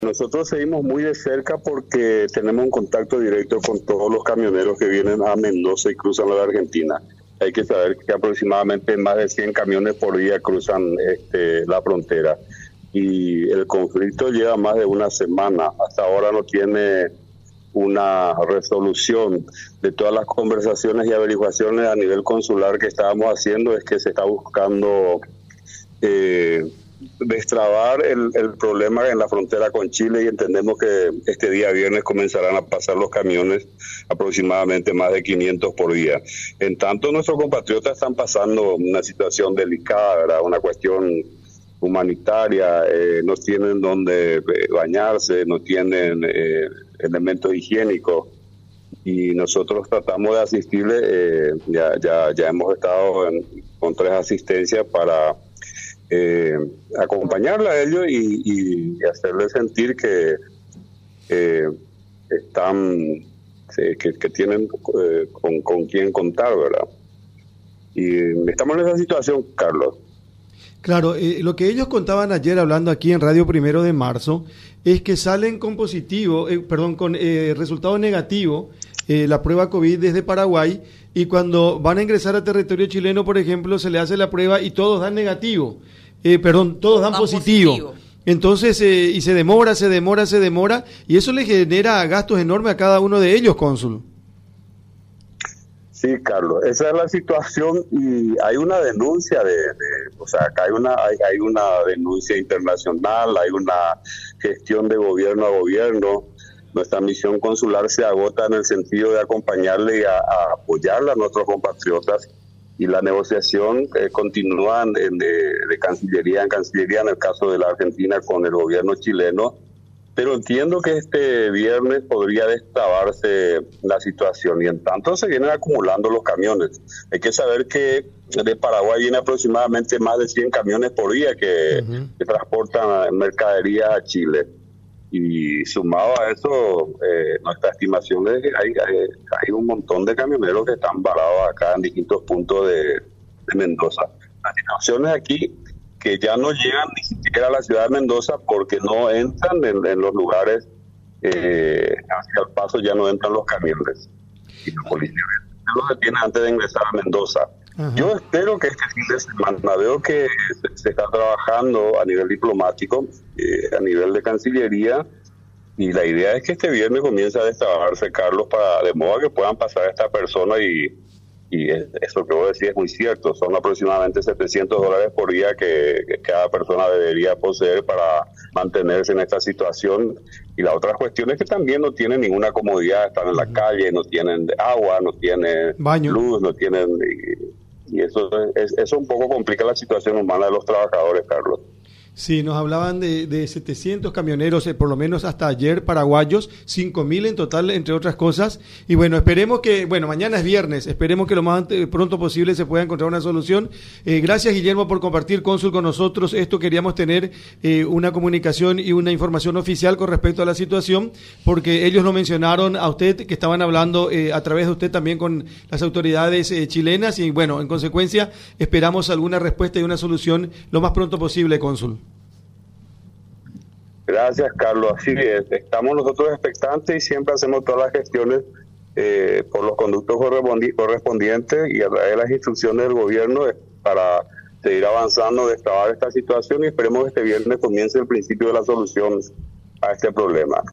Nosotros seguimos muy de cerca porque tenemos un contacto directo con todos los camioneros que vienen a Mendoza y cruzan la Argentina. Hay que saber que aproximadamente más de 100 camiones por día cruzan la frontera. Y el conflicto lleva más de una semana. Hasta ahora no tiene una resolución. De todas las conversaciones y averiguaciones a nivel consular que estábamos haciendo, es que se está buscando destrabar el problema en la frontera con Chile, y entendemos que este día viernes comenzarán a pasar los camiones, aproximadamente más de 500 por día. En tanto, nuestros compatriotas están pasando una situación delicada, ¿verdad? Una cuestión humanitaria, no tienen donde bañarse, no tienen elementos higiénicos, y nosotros tratamos de asistirle. Ya hemos estado con 3 asistencias para acompañarle a ellos y hacerles sentir que están, que tienen con quién contar, ¿verdad? Y estamos en esa situación, Carlos. Claro, lo que ellos contaban ayer hablando aquí en Radio 1 de Marzo es que salen con con resultado negativo la prueba COVID desde Paraguay, y cuando van a ingresar a territorio chileno, por ejemplo, se le hace la prueba y todos dan negativo, todos dan positivo. Entonces, y se demora, y eso le genera gastos enormes a cada uno de ellos, cónsul. Sí, Carlos, esa es la situación, y hay una denuncia acá hay una denuncia internacional, hay una gestión de gobierno a gobierno. Nuestra misión consular se agota en el sentido de acompañarle y a apoyarle a nuestros compatriotas, y la negociación continúa de cancillería en cancillería, en el caso de la Argentina con el gobierno chileno. Pero entiendo que este viernes podría destrabarse la situación, y en tanto se vienen acumulando los camiones. Hay que saber que de Paraguay viene aproximadamente más de 100 camiones por día que transportan mercadería a Chile. Y sumado a eso, nuestra estimación es que hay un montón de camioneros que están varados acá en distintos puntos de Mendoza. La situación es aquí que ya no llegan ni siquiera a la ciudad de Mendoza, porque no entran en los lugares, hacia el paso ya no entran los camiones. Y la policía los detiene antes de ingresar a Mendoza. Ajá. Yo espero que este fin de semana, veo que se está trabajando a nivel diplomático, a nivel de Cancillería, y la idea es que este viernes comience a destrabarse, Carlos, de modo que puedan pasar a esta persona, y eso que vos decís es muy cierto. Son aproximadamente $700 por día que cada persona debería poseer para mantenerse en esta situación. Y la otra cuestión es que también no tienen ninguna comodidad, están en la calle, no tienen agua, no tienen baño, luz, no tienen... Y eso un poco complica la situación humana de los trabajadores, Carlos. Sí, nos hablaban de 700 camioneros, por lo menos hasta ayer, paraguayos, 5.000 en total, entre otras cosas. Y bueno, esperemos que, mañana es viernes, esperemos que lo más pronto posible se pueda encontrar una solución. Gracias, Guillermo, por compartir, cónsul, con nosotros. Esto queríamos tener una comunicación y una información oficial con respecto a la situación, porque ellos lo mencionaron a usted, que estaban hablando a través de usted también con las autoridades chilenas, y bueno, en consecuencia, esperamos alguna respuesta y una solución lo más pronto posible, cónsul. Gracias, Carlos. Así es. Estamos nosotros expectantes y siempre hacemos todas las gestiones por los conductos correspondientes y a través de las instrucciones del gobierno para seguir avanzando, destrabar esta situación, y esperemos que este viernes comience el principio de la solución a este problema.